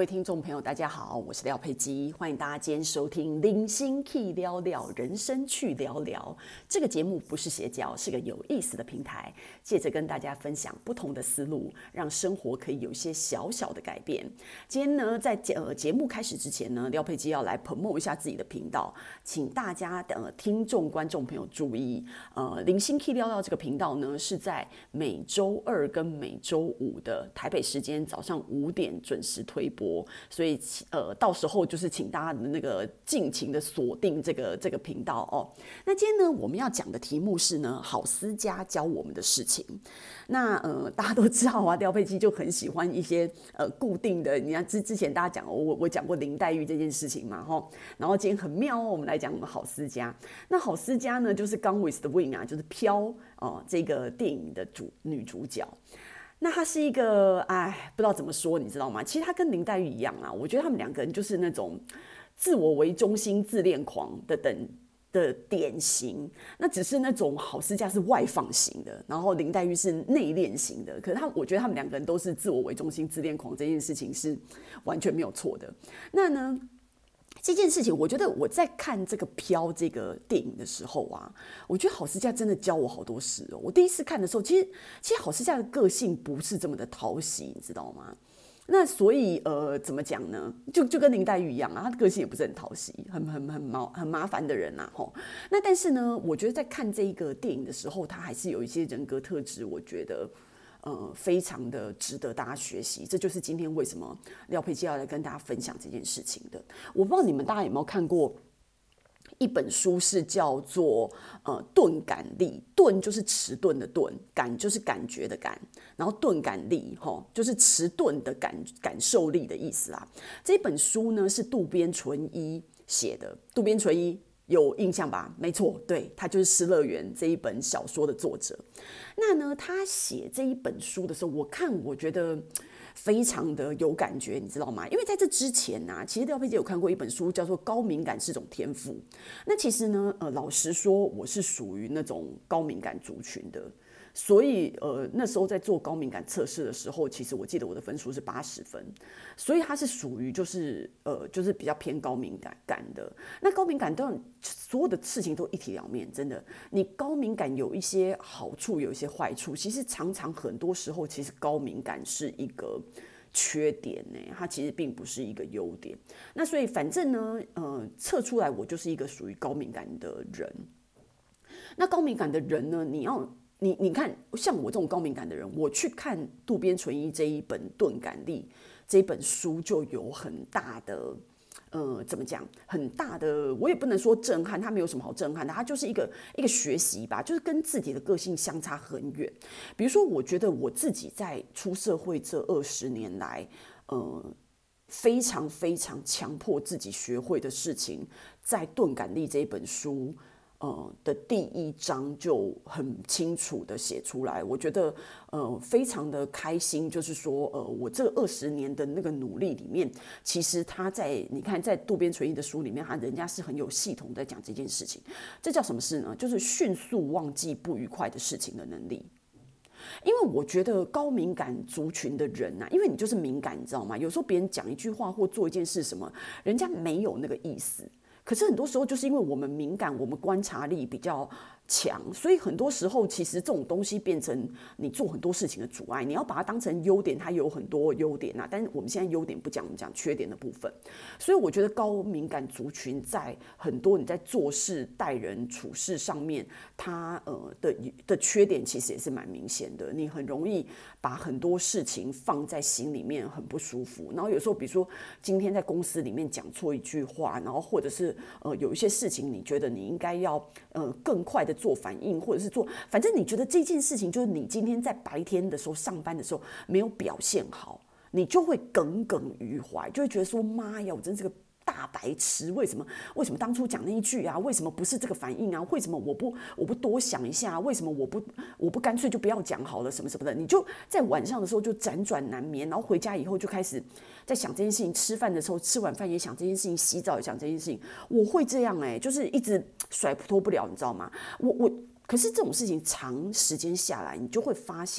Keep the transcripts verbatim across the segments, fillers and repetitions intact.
听众朋友，大家好，我是廖佩基，欢迎大家今天收听《零星 Key 聊聊人生去聊聊》这个节目，不是邪教，是个有意思的平台，借着跟大家分享不同的思路，让生活可以有一些小小的改变。今天呢，在呃节目开始之前呢，廖佩基要来 promote 一下自己的频道，请大家的、呃、听众观众朋友注意，呃，零星 Key 聊聊这个频道呢是在每周二跟每周五的台北时间早上五点准时推播。所以呃，到时候就是请大家的那个尽情的锁定这个这个频道哦。那今天呢，我们要讲的题目是呢，好思家教我们的事情。那呃，大家都知道啊，廖佩基就很喜欢一些呃固定的。你看之之前大家讲我我讲过林黛玉这件事情嘛，哈。然后今天很妙哦，我们来讲我们好思家。那好思家呢，就是 Gone with the Wind 啊，就是飘哦、呃、这个电影的主女主角。那她是一个，哎，不知道怎么说，你知道吗？其实她跟林黛玉一样啊，我觉得他们两个人就是那种自我为中心、自恋狂的等的典型。那只是那种好思家是外放型的，然后林黛玉是内敛型的。可是他，我觉得他们两个人都是自我为中心、自恋狂，这件事情是完全没有错的。那呢？这件事情，我觉得我在看这个《飘》这个电影的时候啊，我觉得好思家真的教我好多事哦。我第一次看的时候，其实其实好思家的个性不是这么的讨喜，你知道吗？那所以呃，怎么讲呢？就就跟林黛玉一样啊，她的个性也不是很讨喜，很很很麻很麻烦的人呐、啊，吼。那但是呢，我觉得在看这一个电影的时候，她还是有一些人格特质，我觉得。呃，非常的值得大家学习，这就是今天为什么廖佩基要来跟大家分享这件事情的。我不知道你们大家有没有看过一本书，是叫做呃钝感力。钝就是迟钝的钝，感就是感觉的感，然后钝感力齁，就是迟钝的感感受力的意思啦。这本书呢是渡边淳一写的，渡边淳一。有印象吧？没错，对，他就是《失乐园》这一本小说的作者。那呢，他写这一本书的时候，我看我觉得非常的有感觉，你知道吗？因为在这之前啊，其实廖佩基有看过一本书，叫做《高敏感是种天赋》。那其实呢，呃，老实说，我是属于那种高敏感族群的。所以，呃，那时候在做高敏感测试的时候，其实我记得我的分数是八十分，所以它是属于就是呃，就是比较偏高敏感感的。那高敏感当然所有的事情都一体两面，真的。你高敏感有一些好处，有一些坏处。其实常常很多时候，其实高敏感是一个缺点呢，它其实并不是一个优点。那所以反正呢，呃，测出来我就是一个属于高敏感的人。那高敏感的人呢，你要。你你看，像我这种高敏感的人，我去看渡边淳一这一本《钝感力》这本书，就有很大的，呃，怎么讲？很大的，我也不能说震撼，它没有什么好震撼的，它就是一个一个学习吧，就是跟自己的个性相差很远。比如说，我觉得我自己在出社会这二十年来，呃，非常非常强迫自己学会的事情，在《钝感力》这一本书。呃的第一章就很清楚的写出来，我觉得呃非常的开心，就是说呃我这二十年的那个努力里面，其实他在你看在渡边淳一的书里面，他人家是很有系统在讲这件事情，这叫什么事呢？就是迅速忘记不愉快的事情的能力。因为我觉得高敏感族群的人啊，因为你就是敏感，你知道吗？有时候别人讲一句话或做一件事什么，人家没有那个意思。可是很多时候，就是因为我们敏感，我们观察力比较强，所以很多时候其实这种东西变成你做很多事情的阻碍。你要把它当成优点，它有很多优点啊。但是我们现在优点不讲，我们讲缺点的部分。所以我觉得高敏感族群在很多你在做事、待人处事上面，它呃的的缺点其实也是蛮明显的。你很容易把很多事情放在心里面，很不舒服。然后有时候，比如说今天在公司里面讲错一句话，然后或者是呃有一些事情，你觉得你应该要呃更快的做反应，或者是做，反正你觉得这件事情就是你今天在白天的时候上班的时候没有表现好，你就会耿耿于怀，就会觉得说妈呀，我真是个大白痴，为什么为什么当初讲那一句啊？为什么不是这个反应啊？为什么我不我不多想一下？为什么我不我不干脆就不要讲好了？什么什么的，你就在晚上的时候就辗转难眠，然后回家以后就开始在想这件事情，吃饭的时候吃晚饭也想这件事情，洗澡也想这件事情。我会这样哎、欸，就是一直甩脱不了，你知道吗？我我。可是这种事情长时间下来，你就会发现，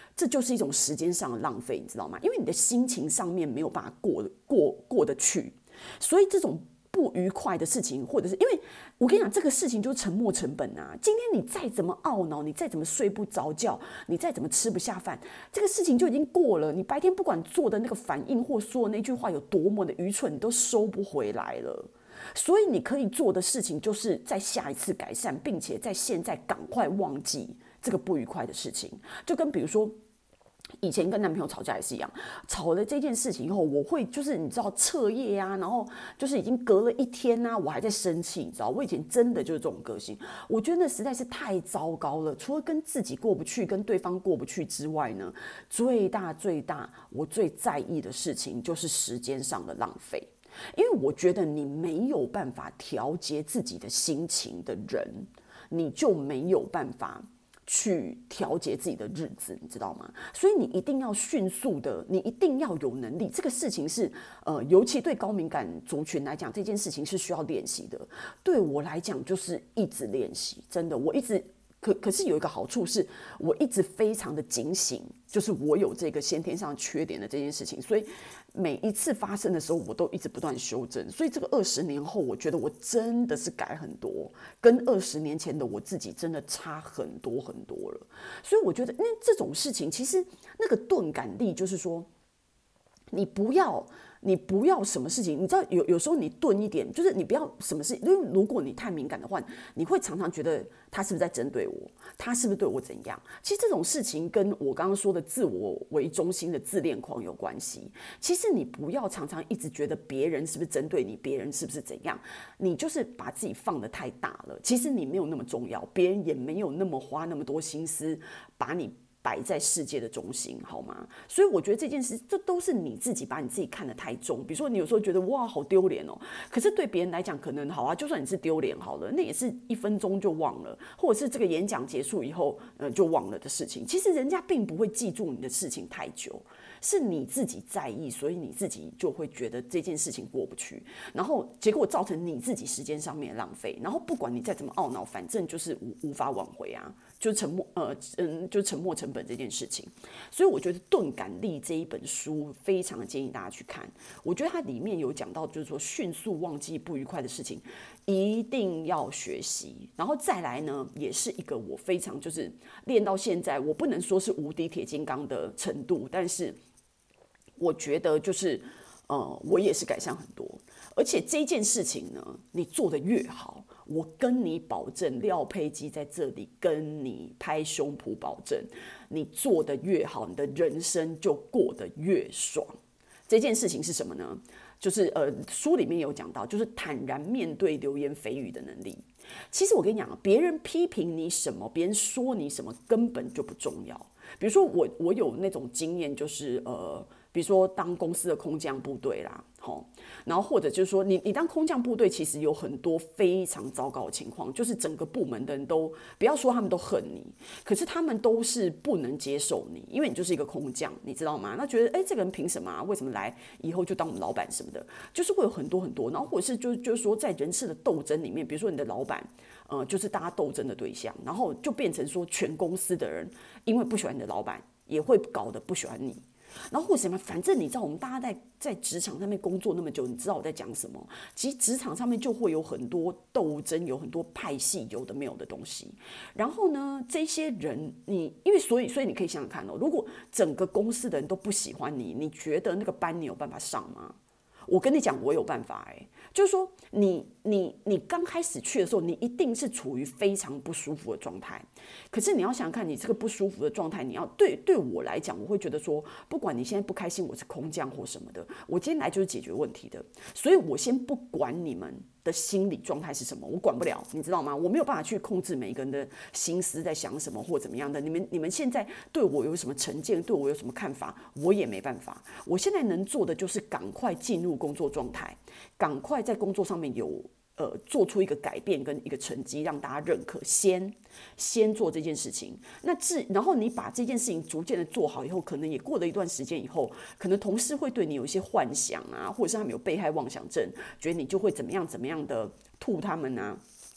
这就是一种时间上的浪费，你知道吗？因为你的心情上面没有办法过过过得去，所以这种不愉快的事情，或者是因为我跟你讲，这个事情就是沉没成本啊。今天你再怎么懊恼，你再怎么睡不着觉，你再怎么吃不下饭，这个事情就已经过了。你白天不管做的那个反应或说的那句话有多么的愚蠢，你都收不回来了。所以你可以做的事情，就是在下一次改善，并且在现在赶快忘记这个不愉快的事情。就跟比如说，以前跟男朋友吵架也是一样，吵了这件事情以后，我会就是你知道彻夜啊，然后就是已经隔了一天啊，我还在生气，你知道，我以前真的就是这种个性，我觉得那实在是太糟糕了。除了跟自己过不去，跟对方过不去之外呢，最大最大我最在意的事情就是时间上的浪费。因为我觉得你没有办法调节自己的心情的人，你就没有办法去调节自己的日子，你知道吗？所以你一定要迅速的，你一定要有能力。这个事情是，呃，尤其对高敏感族群来讲，这件事情是需要练习的。对我来讲，就是一直练习，真的，我一直。可可是有一个好处是，我一直非常的警醒，就是我有这个先天上缺点的这件事情，所以每一次发生的时候，我都一直不断修正。所以这个二十年后，我觉得我真的是改很多，跟二十年前的我自己真的差很多很多了。所以我觉得，那这种事情其实那个钝感力，就是说，你不要。你不要什么事情，你知道有有时候你钝一点，就是你不要什么事，因为如果你太敏感的话，你会常常觉得他是不是在针对我，他是不是对我怎样？其实这种事情跟我刚刚说的自我为中心的自恋狂有关系。其实你不要常常一直觉得别人是不是针对你，别人是不是怎样，你就是把自己放得太大了。其实你没有那么重要，别人也没有那么花那么多心思把你摆在世界的中心，好吗？所以我觉得这件事，这都是你自己把你自己看得太重。比如说，你有时候觉得哇，好丢脸哦，可是对别人来讲，可能好啊，就算你是丢脸好了，那也是一分钟就忘了，或者是这个演讲结束以后，呃，就忘了的事情。其实人家并不会记住你的事情太久。是你自己在意，所以你自己就会觉得这件事情过不去，然后结果造成你自己时间上面的浪费，然后不管你再怎么懊恼，反正就是无无法挽回啊，就沉默呃嗯，就沉没成本这件事情。所以我觉得《钝感力》这一本书非常建议大家去看。我觉得它里面有讲到，就是说迅速忘记不愉快的事情，一定要学习。然后再来呢，也是一个我非常就是练到现在，我不能说是无敌铁金刚的程度，但是。我觉得就是，呃，我也是改善很多，而且这件事情呢，你做得越好，我跟你保证，廖佩基在这里跟你拍胸脯保证，你做得越好，你的人生就过得越爽。这件事情是什么呢？就是呃，书里面有讲到，就是坦然面对流言蜚语的能力。其实我跟你讲，别人批评你什么，别人说你什么，根本就不重要。比如说我，我有那种经验，就是呃。比如说当公司的空降部队啦，齁，然后或者就是说你你当空降部队，其实有很多非常糟糕的情况，就是整个部门的人都不要说他们都恨你，可是他们都是不能接受你，因为你就是一个空降，你知道吗？那觉得哎，这个人凭什么啊？为什么来以后就当我们老板什么的？就是会有很多很多，然后或者是就就是说在人事的斗争里面，比如说你的老板，呃，就是大家斗争的对象，然后就变成说全公司的人因为不喜欢你的老板，也会搞得不喜欢你。然后或者什么，反正你知道，我们大家在在职场上面工作那么久，你知道我在讲什么。其实职场上面就会有很多斗争，有很多派系，有的没有的东西。然后呢，这些人，你因为所以所以你可以想想看哦，如果整个公司的人都不喜欢你，你觉得那个班你有办法上吗？我跟你讲，我有办法哎、欸，就是说你你你刚开始去的时候，你一定是处于非常不舒服的状态。可是你要想想看，你这个不舒服的状态，你要对对我来讲，我会觉得说，不管你现在不开心，我是空降或什么的，我今天来就是解决问题的。所以我先不管你们的心理状态是什么，我管不了，你知道吗？我没有办法去控制每一个人的心思在想什么或怎么样的。你们你们现在对我有什么成见，对我有什么看法，我也没办法。我现在能做的就是赶快进入工作状态，赶快在工作上面有呃做出一个改变跟一个成绩，让大家认可。先先做这件事情，那至然后你把这件事情逐渐的做好以后，可能也过了一段时间以后，可能同事会对你有一些幻想啊，或者是他们有被害妄想症，觉得你就会怎么样怎么样的吐他们啊。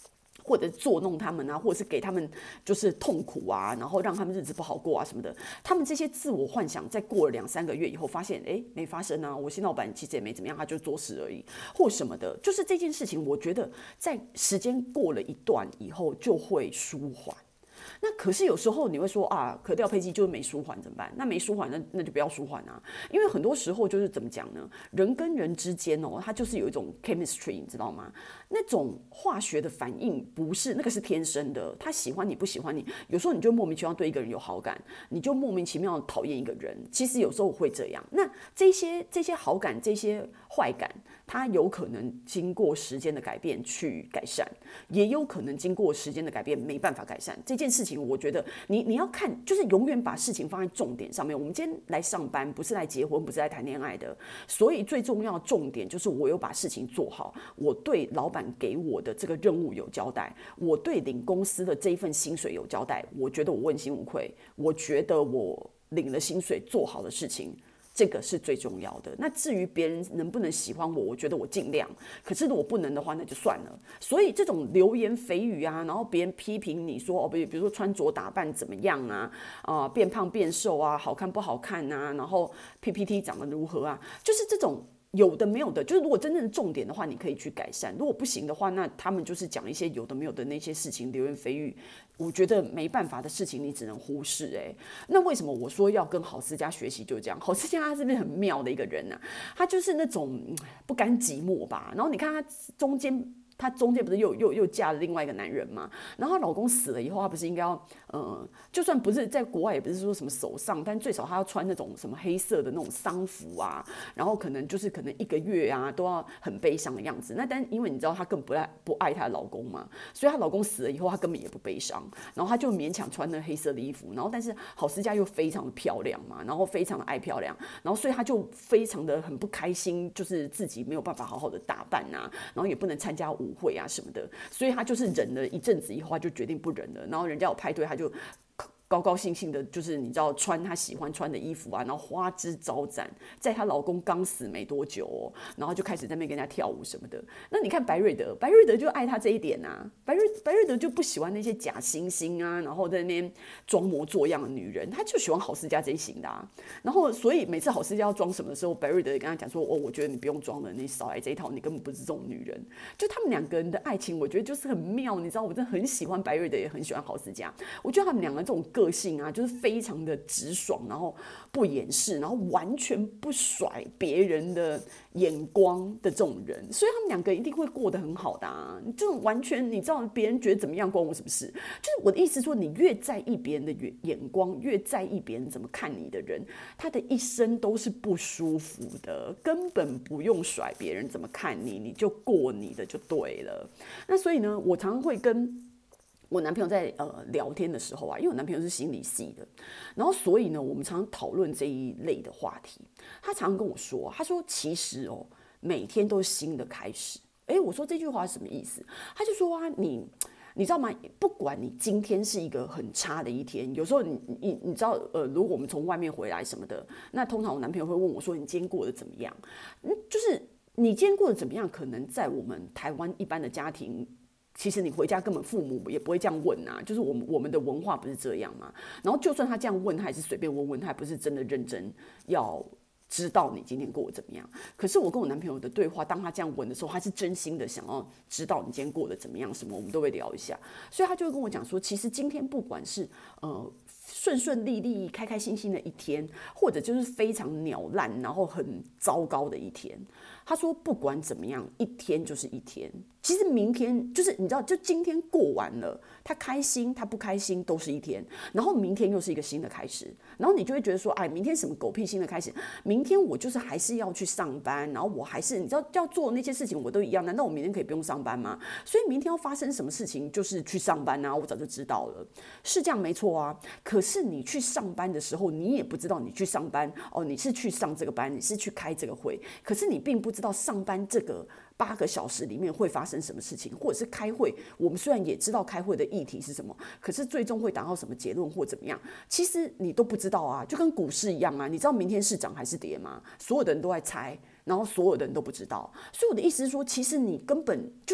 或者捉弄他们啊，或者是给他们就是痛苦啊，然后让他们日子不好过啊什么的。他们这些自我幻想，在过了两三个月以后，发现哎没发生啊，我新老板其实也没怎么样，他就做事而已，或什么的。就是这件事情，我觉得在时间过了一段以后，就会舒缓。那可是有时候你会说啊，可调配剂就是没舒缓怎么办？那没舒缓，那那就不要舒缓啊。因为很多时候就是怎么讲呢？人跟人之间哦，它就是有一种 chemistry， 你知道吗？那种化学的反应不是那个是天生的，他喜欢你不喜欢你，有时候你就莫名其妙对一个人有好感，你就莫名其妙讨厌一个人。其实有时候会这样。那这些这些好感，这些坏感，它有可能经过时间的改变去改善，也有可能经过时间的改变没办法改善。这件事情，我觉得你你要看，就是永远把事情放在重点上面。我们今天来上班，不是来结婚，不是来谈恋爱的，所以最重要的重点就是我有把事情做好，我对老板给我的这个任务有交代，我对领公司的这一份薪水有交代。我觉得我问心无愧，我觉得我领了薪水做好的事情。这个是最重要的。那至于别人能不能喜欢我，我觉得我尽量。可是如果不能的话，那就算了。所以这种流言蜚语啊，然后别人批评你说哦，比如说穿着打扮怎么样啊，啊、呃、变胖变瘦啊，好看不好看啊，然后 P P T 长得如何啊，就是这种。有的没有的，就是如果真正的重点的话，你可以去改善；如果不行的话，那他们就是讲一些有的没有的那些事情，流言蜚语。我觉得没办法的事情，你只能忽视、欸。那为什么我说要跟郝思嘉学习？就这样，郝思嘉他是不是很妙的一个人啊？他就是那种不甘寂寞吧。然后你看他中间。她中间不是又又又嫁了另外一个男人嘛？然后她老公死了以后，她不是应该要，呃，就算不是在国外，也不是说什么手上，但最少她要穿那种什么黑色的那种丧服啊，然后可能就是可能一个月啊都要很悲伤的样子。那但因为你知道她根本不爱不爱她的老公嘛，所以她老公死了以后，她根本也不悲伤，然后她就勉强穿那黑色的衣服，然后但是郝思嘉又非常的漂亮嘛，然后非常的爱漂亮，然后所以她就非常的很不开心，就是自己没有办法好好的打扮啊，然后也不能参加舞会啊什么的，所以他就是忍了一阵子以后，他就决定不忍了。然后人家有派对，他就高高兴兴的，就是你知道穿他喜欢穿的衣服啊，然后花枝招展，在她老公刚死没多久哦，然后就开始在那边跟人家跳舞什么的。那你看白瑞德，白瑞德就爱他这一点啊，白瑞白瑞德就不喜欢那些假惺惺啊，然后在那边装模作样的女人，他就喜欢郝思嘉这一型的啊。然后所以每次郝思嘉要装什么的时候，白瑞德也跟他讲说，哦，我觉得你不用装了，你少来这一套，你根本不是这种女人。就他们两个人的爱情，我觉得就是很妙，你知道，我真的很喜欢白瑞德，也很喜欢郝思嘉。我觉得他们两个这种个性啊，就是非常的直爽，然后不掩饰，然后完全不甩别人的眼光的这种人，所以他们两个一定会过得很好的啊。这种完全你知道别人觉得怎么样关我什么事？就是我的意思说，你越在意别人的眼光，越在意别人怎么看你的人，他的一生都是不舒服的，根本不用甩别人怎么看你，你就过你的就对了。那所以呢，我常常会跟我男朋友在呃聊天的时候啊，因为我男朋友是心理系的，然后所以呢，我们常常讨论这一类的话题。他常常跟我说，他说其实哦，每天都是新的开始。哎，我说这句话是什么意思？他就说啊，你你知道吗？不管你今天是一个很差的一天，有时候你你你知道呃，如果我们从外面回来什么的，那通常我男朋友会问我说，你今天过得怎么样？嗯，就是你今天过得怎么样？可能在我们台湾一般的家庭。其实你回家根本父母也不会这样问啊，就是我们我们的文化不是这样嘛。然后就算他这样问，他还是随便问问，他还不是真的认真要知道你今天过得怎么样。可是我跟我男朋友的对话，当他这样问的时候，他是真心的想要知道你今天过得怎么样，什么我们都会聊一下。所以他就会跟我讲说，其实今天不管是呃顺顺利利、开开心心的一天，或者就是非常鸟烂，然后很糟糕的一天。他说不管怎么样，一天就是一天。其实明天就是你知道，就今天过完了，他开心他不开心都是一天，然后明天又是一个新的开始，然后你就会觉得说，哎，明天什么狗屁新的开始？明天我就是还是要去上班，然后我还是你知道要做的那些事情我都一样，难道我明天可以不用上班吗？所以明天要发生什么事情就是去上班啊，我早就知道了，是这样没错啊。可是你去上班的时候，你也不知道你去上班哦，你是去上这个班，你是去开这个会，可是你并不知道上班这个八个小时里面会发生什么事情，或者是开会，我们虽然也知道开会的议题是什么，可是最终会达到什么结论或怎么样，其实你都不知道啊，就跟股市一样啊，你知道明天是涨还是跌吗？所有的人都在猜，然后所有的人都不知道。所以我的意思是说，其实你根本就是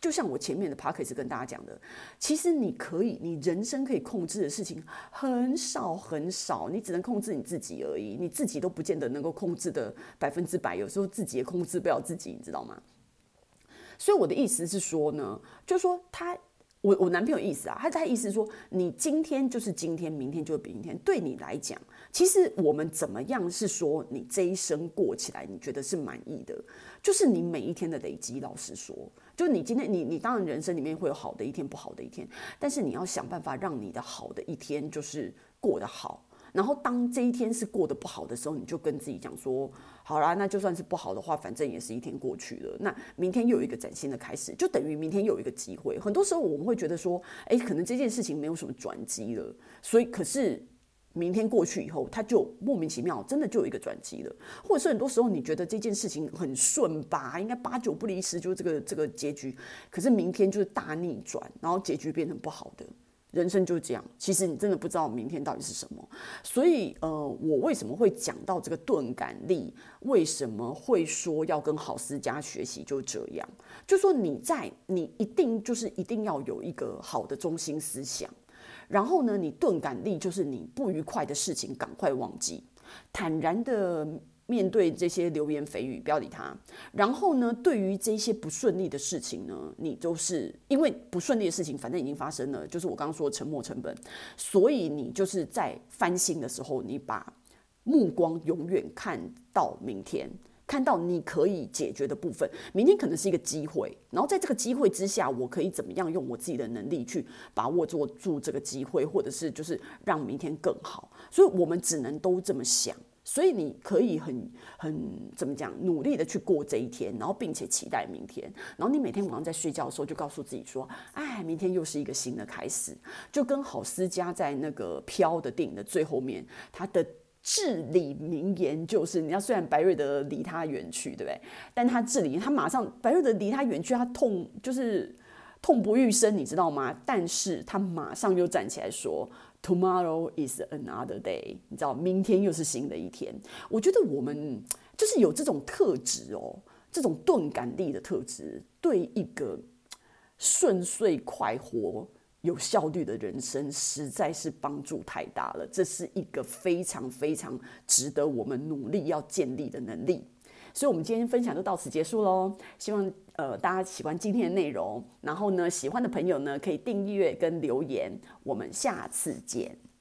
就像我前面的 podcast 跟大家讲的，其实你可以，你人生可以控制的事情很少很少，你只能控制你自己而已，你自己都不见得能够控制的百分之百，有时候自己也控制不了自己，你知道吗？所以我的意思是说呢，就是说他。我我男朋友意思啊，他他意思是说，你今天就是今天，明天就是明天。对你来讲，其实我们怎么样是说，你这一生过起来，你觉得是满意的，就是你每一天的累积。老实说，就你今天，你你当然人生里面会有好的一天，不好的一天，但是你要想办法让你的好的一天就是过得好。然后当这一天是过得不好的时候，你就跟自己讲说，好啦，那就算是不好的话，反正也是一天过去了，那明天又有一个崭新的开始，就等于明天又有一个机会。很多时候我们会觉得说，哎，可能这件事情没有什么转机了，所以可是明天过去以后，它就莫名其妙真的就有一个转机了。或者是很多时候你觉得这件事情很顺吧，应该八九不离十，就是这个这个结局，可是明天就是大逆转，然后结局变成不好的。人生就是这样，其实你真的不知道明天到底是什么。所以，呃，我为什么会讲到这个钝感力？为什么会说要跟郝思嘉学习？就这样，就说你在你一定就是一定要有一个好的中心思想，然后呢，你钝感力就是你不愉快的事情赶快忘记，坦然的面对这些流言蜚语，不要理他。然后呢，对于这些不顺利的事情呢，你都是因为不顺利的事情，反正已经发生了，就是我刚刚说的沉没成本，所以你就是在翻新的时候，你把目光永远看到明天。看到你可以解决的部分，明天可能是一个机会，然后在这个机会之下，我可以怎么样用我自己的能力去把握住这个机会，或者是就是让明天更好。所以我们只能都这么想。所以你可以很很怎么讲，努力的去过这一天，然后并且期待明天。然后你每天晚上在睡觉的时候，就告诉自己说：“哎，明天又是一个新的开始。”就跟郝思嘉在那个《飘》的电影的最后面，他的至理名言就是：你要虽然白瑞德离他远去，对不对？但他至理，他马上白瑞德离他远去，他痛就是痛不欲生，你知道吗？但是他马上又站起来说。Tomorrow is another day， 你知道，明天又是新的一天。我觉得我们就是有这种特质哦，这种钝感力的特质，对一个顺遂、快活、有效率的人生，实在是帮助太大了。这是一个非常非常值得我们努力要建立的能力。所以我们今天分享就到此结束咯，希望呃大家喜欢今天的内容，然后呢喜欢的朋友呢可以订阅跟留言，我们下次见。